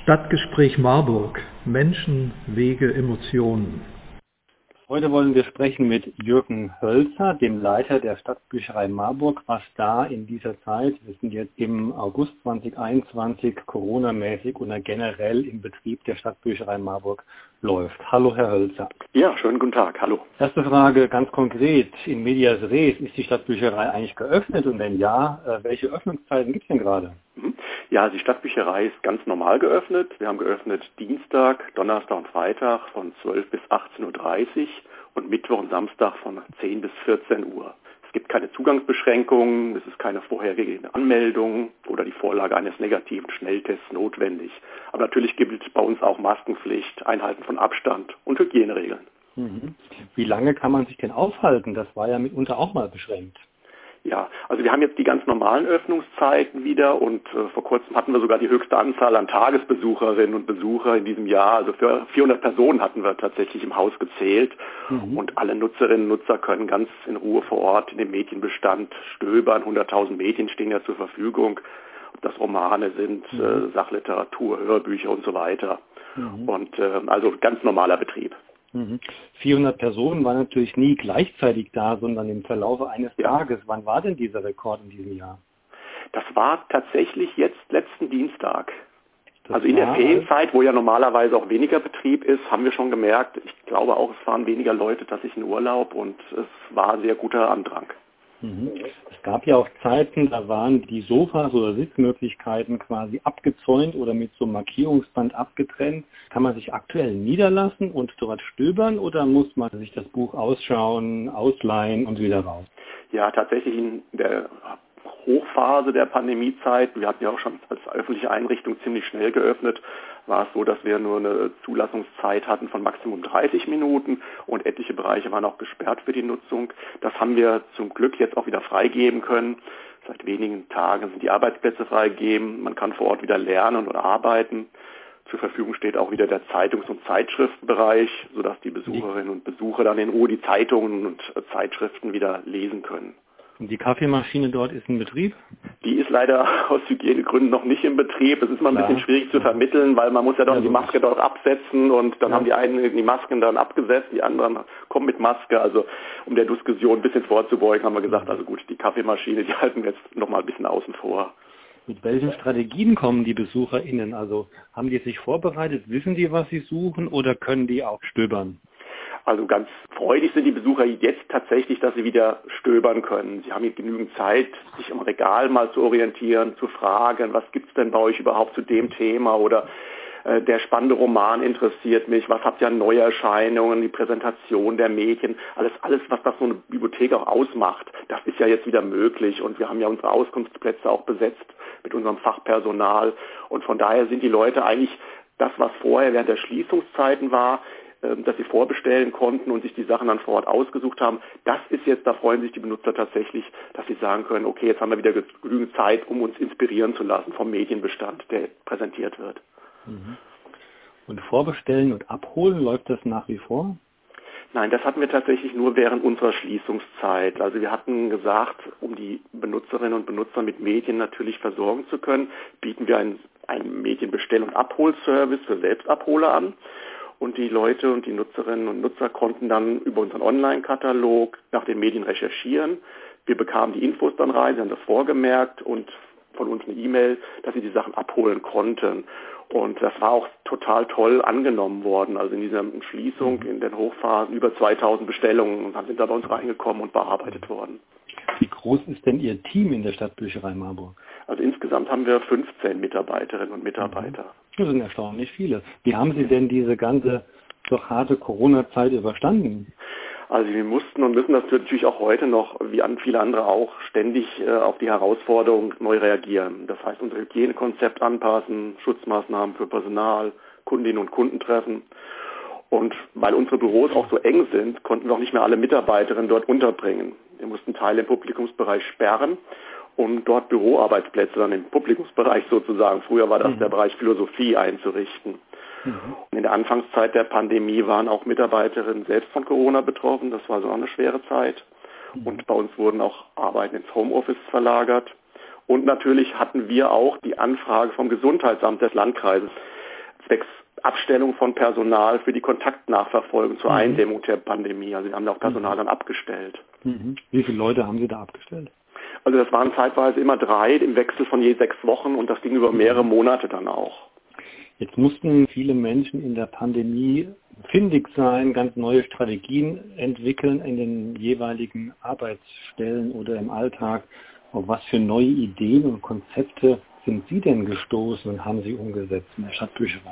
Stadtgespräch Marburg. Menschen, Wege, Emotionen. Heute wollen wir sprechen mit Jürgen Hölzer, dem Leiter der Stadtbücherei Marburg, was da in dieser Zeit, wir sind jetzt im August 2021, Corona-mäßig oder generell im Betrieb der Stadtbücherei Marburg läuft. Hallo Herr Hölzer. Ja, schönen guten Tag, hallo. Erste Frage ganz konkret, in medias res, ist die Stadtbücherei eigentlich geöffnet und wenn ja, welche Öffnungszeiten gibt es denn gerade? Ja, die Stadtbücherei ist ganz normal geöffnet. Wir haben geöffnet Dienstag, Donnerstag und Freitag von 12 bis 18.30 Uhr und Mittwoch und Samstag von 10 bis 14 Uhr. Es gibt keine Zugangsbeschränkungen, es ist keine vorherige Anmeldung oder die Vorlage eines negativen Schnelltests notwendig. Aber natürlich gibt es bei uns auch Maskenpflicht, Einhalten von Abstand und Hygieneregeln. Wie lange kann man sich denn aufhalten? Das war ja mitunter auch mal beschränkt. Ja, also wir haben jetzt die ganz normalen Öffnungszeiten wieder und vor kurzem hatten wir sogar die höchste Anzahl an Tagesbesucherinnen und Besucher in diesem Jahr. Also für 400 Personen hatten wir tatsächlich im Haus gezählt und alle Nutzerinnen und Nutzer können ganz in Ruhe vor Ort in dem Medienbestand stöbern. 100.000 Medien stehen ja zur Verfügung, ob das Romane sind, Sachliteratur, Hörbücher und so weiter. Und also ganz normaler Betrieb. 400 Personen waren natürlich nie gleichzeitig da, sondern im Verlaufe eines Tages. Wann war denn dieser Rekord in diesem Jahr? Das war tatsächlich jetzt letzten Dienstag. Also in der Ferienzeit, wo ja normalerweise auch weniger Betrieb ist, haben wir schon gemerkt, ich glaube auch, es fahren weniger Leute tatsächlich in Urlaub und es war ein sehr guter Andrang. Es gab ja auch Zeiten, da waren die Sofas oder Sitzmöglichkeiten quasi abgezäunt oder mit so einem Markierungsband abgetrennt. Kann man sich aktuell niederlassen und dort stöbern oder muss man sich das Buch ausschauen, ausleihen und wieder raus? Ja, tatsächlich in der Hochphase der Pandemiezeit, wir hatten ja auch schon als öffentliche Einrichtung ziemlich schnell geöffnet, war es so, dass wir nur eine Zulassungszeit hatten von Maximum 30 Minuten und etliche Bereiche waren auch gesperrt für die Nutzung. Das haben wir zum Glück jetzt auch wieder freigeben können. Seit wenigen Tagen sind die Arbeitsplätze freigegeben. Man kann vor Ort wieder lernen und arbeiten. Zur Verfügung steht auch wieder der Zeitungs- und Zeitschriftenbereich, sodass die Besucherinnen und Besucher dann in Ruhe die Zeitungen und Zeitschriften wieder lesen können. Und die Kaffeemaschine dort ist in Betrieb? Die ist leider aus Hygienegründen noch nicht in Betrieb. Es ist mal ein bisschen schwierig zu vermitteln, weil man muss ja dann die Maske dort absetzen und dann haben die einen die Masken dann abgesetzt, die anderen kommen mit Maske. Also um der Diskussion ein bisschen vorzubeugen, haben wir gesagt, also gut, die Kaffeemaschine, die halten wir jetzt noch mal ein bisschen außen vor. Mit welchen Strategien kommen die BesucherInnen? Also haben die sich vorbereitet, wissen die, was sie suchen oder können die auch stöbern? Also ganz freudig sind die Besucher jetzt tatsächlich, dass sie wieder stöbern können. Sie haben hier genügend Zeit, sich im Regal mal zu orientieren, zu fragen, was gibt's denn bei euch überhaupt zu dem Thema oder der spannende Roman interessiert mich, was habt ihr an Neuerscheinungen, die Präsentation der Medien, alles was so eine Bibliothek auch ausmacht, das ist ja jetzt wieder möglich und wir haben ja unsere Auskunftsplätze auch besetzt mit unserem Fachpersonal und von daher sind die Leute eigentlich das, was vorher während der Schließungszeiten war, dass sie vorbestellen konnten und sich die Sachen dann vor Ort ausgesucht haben. Das ist jetzt, da freuen sich die Benutzer tatsächlich, dass sie sagen können, okay, jetzt haben wir wieder genügend Zeit, um uns inspirieren zu lassen vom Medienbestand, der präsentiert wird. Und Vorbestellen und Abholen, läuft das nach wie vor? Nein, das hatten wir tatsächlich nur während unserer Schließungszeit. Also wir hatten gesagt, um die Benutzerinnen und Benutzer mit Medien natürlich versorgen zu können, bieten wir einen Medienbestell- und Abholservice für Selbstabholer an. Und die Leute und die Nutzerinnen und Nutzer konnten dann über unseren Online-Katalog nach den Medien recherchieren. Wir bekamen die Infos dann rein, sie haben das vorgemerkt und von uns eine E-Mail, dass sie die Sachen abholen konnten. Und das war auch total toll angenommen worden. Also in dieser Schließung, in den Hochphasen, über 2000 Bestellungen sind da bei uns reingekommen und bearbeitet worden. Wie groß ist denn Ihr Team in der Stadtbücherei Marburg? Also insgesamt haben wir 15 Mitarbeiterinnen und Mitarbeiter. Das sind erstaunlich viele. Wie haben Sie denn diese ganze doch harte Corona-Zeit überstanden? Also wir mussten und müssen das natürlich auch heute noch, wie viele andere auch, ständig auf die Herausforderung neu reagieren. Das heißt, unser Hygienekonzept anpassen, Schutzmaßnahmen für Personal, Kundinnen und Kunden treffen. Und weil unsere Büros auch so eng sind, konnten wir auch nicht mehr alle Mitarbeiterinnen dort unterbringen. Wir mussten Teile im Publikumsbereich sperren, um dort Büroarbeitsplätze dann im Publikumsbereich sozusagen, früher war das der Bereich Philosophie, einzurichten. Und in der Anfangszeit der Pandemie waren auch Mitarbeiterinnen selbst von Corona betroffen. Das war so eine schwere Zeit. Und bei uns wurden auch Arbeiten ins Homeoffice verlagert. Und natürlich hatten wir auch die Anfrage vom Gesundheitsamt des Landkreises, zwecks Abstellung von Personal für die Kontaktnachverfolgung zur Eindämmung der Pandemie. Also wir haben da auch Personal dann abgestellt. Wie viele Leute haben Sie da abgestellt? Also das waren zeitweise immer 3 im Wechsel von je 6 Wochen und das ging über mehrere Monate dann auch. Jetzt mussten viele Menschen in der Pandemie findig sein, ganz neue Strategien entwickeln in den jeweiligen Arbeitsstellen oder im Alltag. Auf was für neue Ideen und Konzepte sind Sie denn gestoßen und haben Sie umgesetzt in der Stadtbücherei?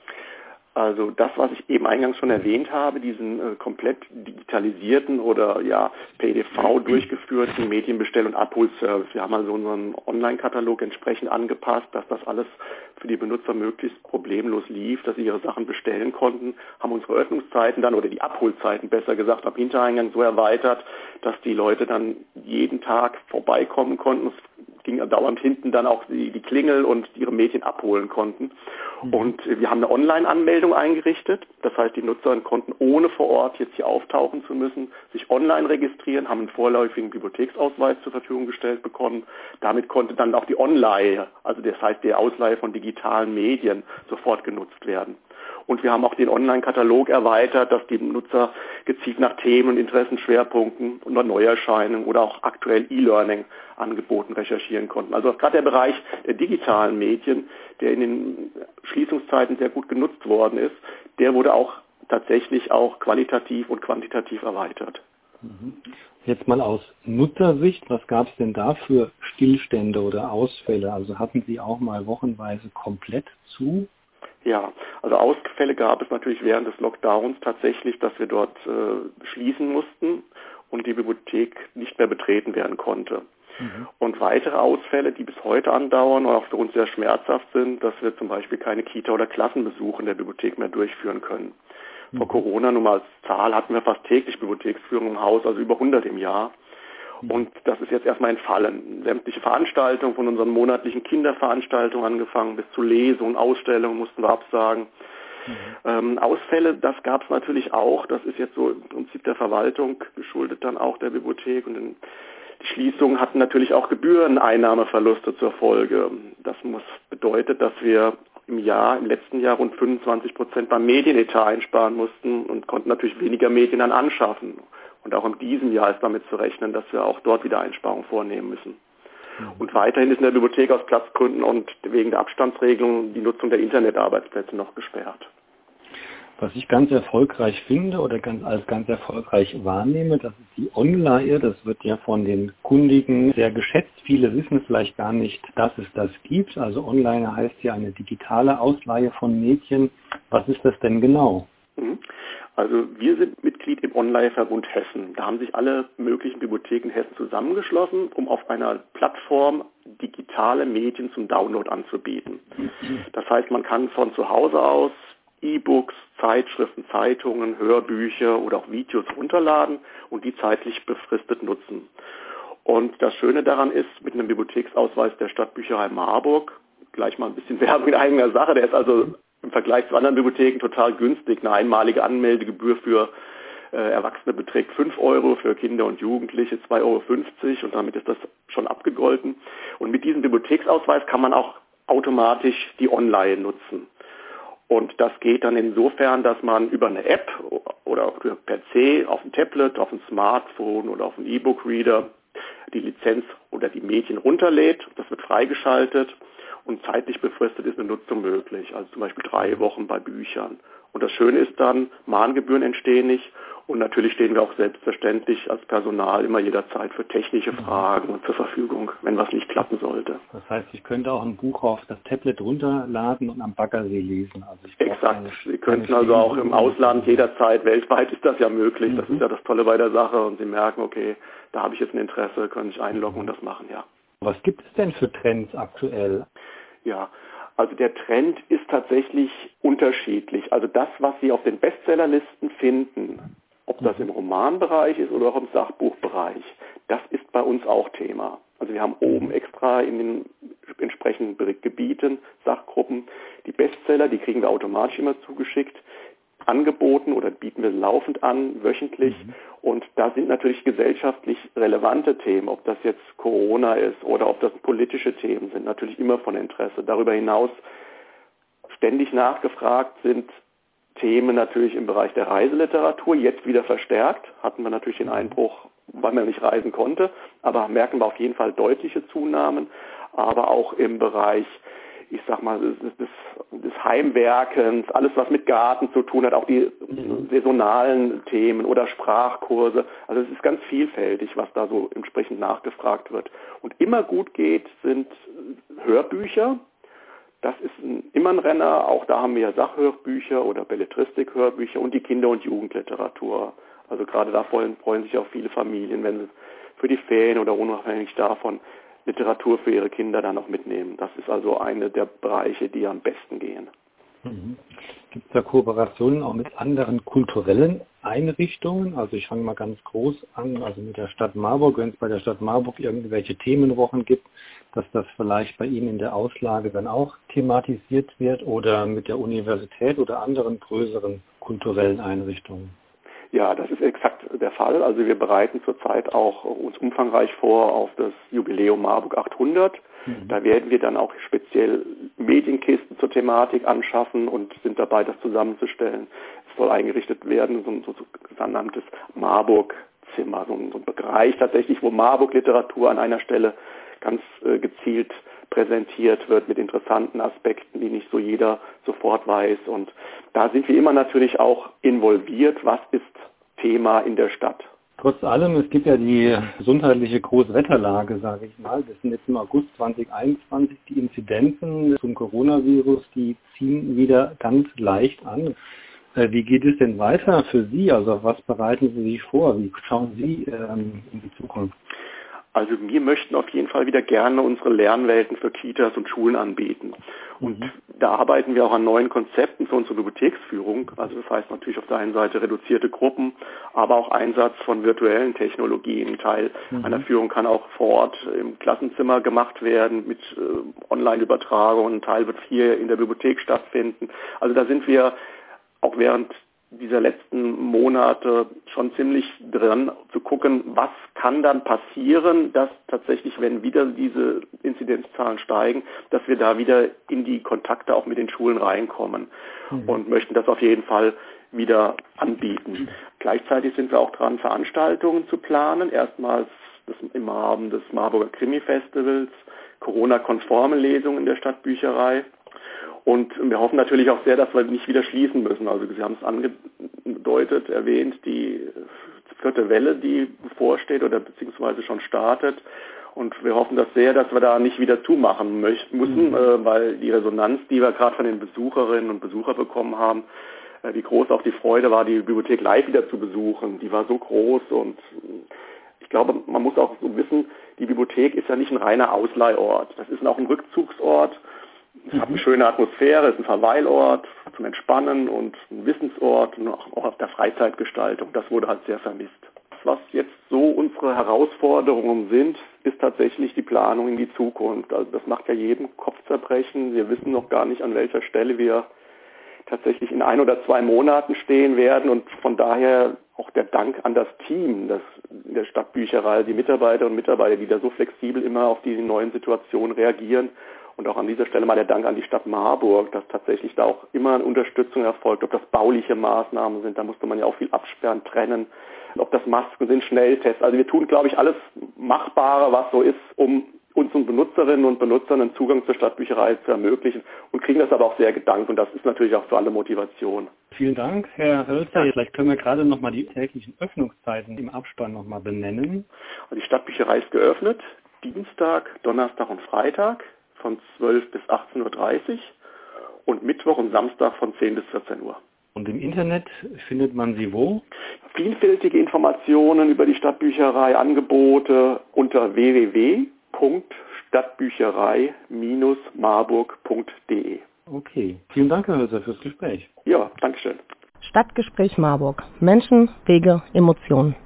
Also das, was ich eben eingangs schon erwähnt habe, diesen komplett digitalisierten oder PDV durchgeführten Medienbestell- und Abholservice. Wir haben also unseren Online-Katalog entsprechend angepasst, dass das alles für die Benutzer möglichst problemlos lief, dass sie ihre Sachen bestellen konnten, haben unsere Öffnungszeiten dann oder die Abholzeiten besser gesagt am Hintereingang so erweitert, dass die Leute dann jeden Tag vorbeikommen konnten. Es ging dauernd hinten dann auch die Klingel und ihre Medien abholen konnten. Und wir haben eine Online-Anmeldung eingerichtet. Das heißt, die Nutzer konnten ohne vor Ort jetzt hier auftauchen zu müssen, sich online registrieren, haben einen vorläufigen Bibliotheksausweis zur Verfügung gestellt bekommen. Damit konnte dann auch die Online, also das heißt die Ausleihe von digitalen Medien, sofort genutzt werden. Und wir haben auch den Online-Katalog erweitert, dass die Nutzer gezielt nach Themen und Interessenschwerpunkten und Neuerscheinungen oder auch aktuell E-Learning-Angeboten recherchieren konnten. Also gerade der Bereich der digitalen Medien, der in den Schließungszeiten sehr gut genutzt worden ist, der wurde auch tatsächlich auch qualitativ und quantitativ erweitert. Jetzt mal aus Nutzersicht, was gab es denn da für Stillstände oder Ausfälle? Also hatten Sie auch mal wochenweise komplett zu? Ja, also Ausfälle gab es natürlich während des Lockdowns tatsächlich, dass wir dort schließen mussten und die Bibliothek nicht mehr betreten werden konnte. Und weitere Ausfälle, die bis heute andauern und auch für uns sehr schmerzhaft sind, dass wir zum Beispiel keine Kita- oder Klassenbesuche in der Bibliothek mehr durchführen können. Vor Corona, nur mal als Zahl, hatten wir fast täglich Bibliotheksführung im Haus, also über 100 im Jahr. Und das ist jetzt erstmal entfallen. Sämtliche Veranstaltungen von unseren monatlichen Kinderveranstaltungen angefangen bis zu Lesungen, Ausstellungen mussten wir absagen. Ausfälle, das gab es natürlich auch. Das ist jetzt so im Prinzip der Verwaltung geschuldet dann auch der Bibliothek. Und die Schließungen hatten natürlich auch Gebühreneinnahmeverluste zur Folge. Das bedeutet, dass wir im letzten Jahr rund 25% beim Medienetat einsparen mussten und konnten natürlich weniger Medien dann anschaffen. Und auch in diesem Jahr ist damit zu rechnen, dass wir auch dort wieder Einsparungen vornehmen müssen. Und weiterhin ist in der Bibliothek aus Platzgründen und wegen der Abstandsregelung die Nutzung der Internetarbeitsplätze noch gesperrt. Was ich ganz erfolgreich finde oder als ganz erfolgreich wahrnehme, das ist die Online. Das wird ja von den Kundigen sehr geschätzt. Viele wissen vielleicht gar nicht, dass es das gibt. Also Online heißt ja eine digitale Ausleihe von Medien. Was ist das denn genau? Also wir sind Mitglied im Online-Verbund Hessen. Da haben sich alle möglichen Bibliotheken Hessen zusammengeschlossen, um auf einer Plattform digitale Medien zum Download anzubieten. Das heißt, man kann von zu Hause aus E-Books, Zeitschriften, Zeitungen, Hörbücher oder auch Videos runterladen und die zeitlich befristet nutzen. Und das Schöne daran ist, mit einem Bibliotheksausweis der Stadtbücherei Marburg, gleich mal ein bisschen Werbung in eigener Sache, der ist also im Vergleich zu anderen Bibliotheken total günstig. Eine einmalige Anmeldegebühr für Erwachsene beträgt 5 Euro, für Kinder und Jugendliche 2,50 Euro und damit ist das schon abgegolten. Und mit diesem Bibliotheksausweis kann man auch automatisch die Online nutzen. Und das geht dann insofern, dass man über eine App oder per C auf dem Tablet, auf dem Smartphone oder auf dem E-Book-Reader die Lizenz oder die Medien runterlädt. Das wird freigeschaltet und zeitlich befristet ist eine Nutzung möglich. Also zum Beispiel 3 Wochen bei Büchern. Und das Schöne ist dann, Mahngebühren entstehen nicht. Und natürlich stehen wir auch selbstverständlich als Personal immer jederzeit für technische Fragen und zur Verfügung, wenn was nicht klappen sollte. Das heißt, ich könnte auch ein Buch auf das Tablet runterladen und am Baggersee lesen. Also Exakt. Sie könnten also auch im Ausland jederzeit, weltweit ist das ja möglich. Das ist ja das Tolle bei der Sache. Und Sie merken, okay, da habe ich jetzt ein Interesse, können sich einloggen und das machen, ja. Was gibt es denn für Trends aktuell? Ja, also der Trend ist tatsächlich unterschiedlich. Also das, was Sie auf den Bestsellerlisten finden, ob das im Romanbereich ist oder auch im Sachbuchbereich, das ist bei uns auch Thema. Also wir haben oben extra in den entsprechenden Gebieten, Sachgruppen, die Bestseller, die kriegen wir automatisch immer zugeschickt, angeboten oder bieten wir laufend an, wöchentlich. Und da sind natürlich gesellschaftlich relevante Themen, ob das jetzt Corona ist oder ob das politische Themen sind, natürlich immer von Interesse. Darüber hinaus ständig nachgefragt sind Themen natürlich im Bereich der Reiseliteratur, jetzt wieder verstärkt. Hatten wir natürlich den Einbruch, weil man nicht reisen konnte, aber merken wir auf jeden Fall deutliche Zunahmen. Aber auch im Bereich, ich sag mal, des Heimwerkens, alles was mit Garten zu tun hat, auch die saisonalen Themen oder Sprachkurse. Also es ist ganz vielfältig, was da so entsprechend nachgefragt wird. Und immer gut geht, sind Hörbücher. Das ist immer ein Renner. Auch da haben wir Sachhörbücher oder Belletristik-Hörbücher und die Kinder- und Jugendliteratur. Also gerade da freuen sich auch viele Familien, wenn sie für die Ferien oder unabhängig davon Literatur für ihre Kinder dann auch mitnehmen. Das ist also eine der Bereiche, die am besten gehen. Gibt es da Kooperationen auch mit anderen kulturellen Einrichtungen? Also ich fange mal ganz groß an, also mit der Stadt Marburg, wenn es bei der Stadt Marburg irgendwelche Themenwochen gibt, dass das vielleicht bei Ihnen in der Auslage dann auch thematisiert wird oder mit der Universität oder anderen größeren kulturellen Einrichtungen? Ja, das ist exakt der Fall. Also wir bereiten zurzeit auch uns umfangreich vor auf das Jubiläum Marburg 800. Da werden wir dann auch speziell Medienkisten zur Thematik anschaffen und sind dabei, das zusammenzustellen. Es soll eingerichtet werden, so ein sogenanntes Marburg-Zimmer, so ein Bereich tatsächlich, wo Marburg-Literatur an einer Stelle ganz gezielt präsentiert wird mit interessanten Aspekten, die nicht so jeder sofort weiß. Und da sind wir immer natürlich auch involviert. Was ist Thema in der Stadt? Trotz allem, es gibt ja die gesundheitliche Großwetterlage, sage ich mal. Das sind jetzt im August 2021 die Inzidenzen zum Coronavirus, die ziehen wieder ganz leicht an. Wie geht es denn weiter für Sie? Also auf was bereiten Sie sich vor? Wie schauen Sie in die Zukunft? Also wir möchten auf jeden Fall wieder gerne unsere Lernwelten für Kitas und Schulen anbieten. Und da arbeiten wir auch an neuen Konzepten für unsere Bibliotheksführung. Also das heißt natürlich auf der einen Seite reduzierte Gruppen, aber auch Einsatz von virtuellen Technologien. Ein Teil einer Führung kann auch vor Ort im Klassenzimmer gemacht werden mit Online-Übertragung. Ein Teil wird hier in der Bibliothek stattfinden. Also da sind wir auch während dieser letzten Monate schon ziemlich dran zu gucken, was kann dann passieren, dass tatsächlich, wenn wieder diese Inzidenzzahlen steigen, dass wir da wieder in die Kontakte auch mit den Schulen reinkommen und möchten das auf jeden Fall wieder anbieten. Gleichzeitig sind wir auch dran, Veranstaltungen zu planen. Erstmals im Rahmen des Marburger Krimi-Festivals, Corona-konforme Lesungen in der Stadtbücherei. Und wir hoffen natürlich auch sehr, dass wir nicht wieder schließen müssen. Also Sie haben es angedeutet, erwähnt, die 4. Welle, die bevorsteht oder beziehungsweise schon startet. Und wir hoffen das sehr, dass wir da nicht wieder zumachen müssen, weil die Resonanz, die wir gerade von den Besucherinnen und Besuchern bekommen haben, wie groß auch die Freude war, die Bibliothek live wieder zu besuchen. Die war so groß und ich glaube, man muss auch so wissen, die Bibliothek ist ja nicht ein reiner Ausleihort. Das ist auch ein Rückzugsort. Es hat eine schöne Atmosphäre, es ist ein Verweilort zum Entspannen und ein Wissensort und auch auf der Freizeitgestaltung. Das wurde halt sehr vermisst. Was jetzt so unsere Herausforderungen sind, ist tatsächlich die Planung in die Zukunft. Also das macht ja jedem Kopfzerbrechen. Wir wissen noch gar nicht, an welcher Stelle wir tatsächlich in 1 oder 2 Monaten stehen werden und von daher auch der Dank an das Team, das in der Stadtbücherei, die Mitarbeiterinnen und Mitarbeiter, die da so flexibel immer auf die neuen Situationen reagieren. Und auch an dieser Stelle mal der Dank an die Stadt Marburg, dass tatsächlich da auch immer eine Unterstützung erfolgt, ob das bauliche Maßnahmen sind, da musste man ja auch viel absperren, trennen, ob das Masken sind, Schnelltests. Also wir tun, glaube ich, alles Machbare, was so ist, um unseren Benutzerinnen und Benutzern einen Zugang zur Stadtbücherei zu ermöglichen und kriegen das aber auch sehr gedankt und das ist natürlich auch für alle Motivation. Vielen Dank, Herr Hölzer. Vielleicht können wir gerade nochmal die täglichen Öffnungszeiten im Abspann nochmal benennen. Und die Stadtbücherei ist geöffnet, Dienstag, Donnerstag und Freitag von 12 bis 18.30 Uhr und Mittwoch und Samstag von 10 bis 14 Uhr. Und im Internet findet man sie wo? Vielfältige Informationen über die Stadtbücherei, Angebote unter www.stadtbücherei-marburg.de. Okay, vielen Dank, Herr Hölzer, fürs Gespräch. Ja, Dankeschön. Stadtgespräch Marburg. Menschen, Wege, Emotionen.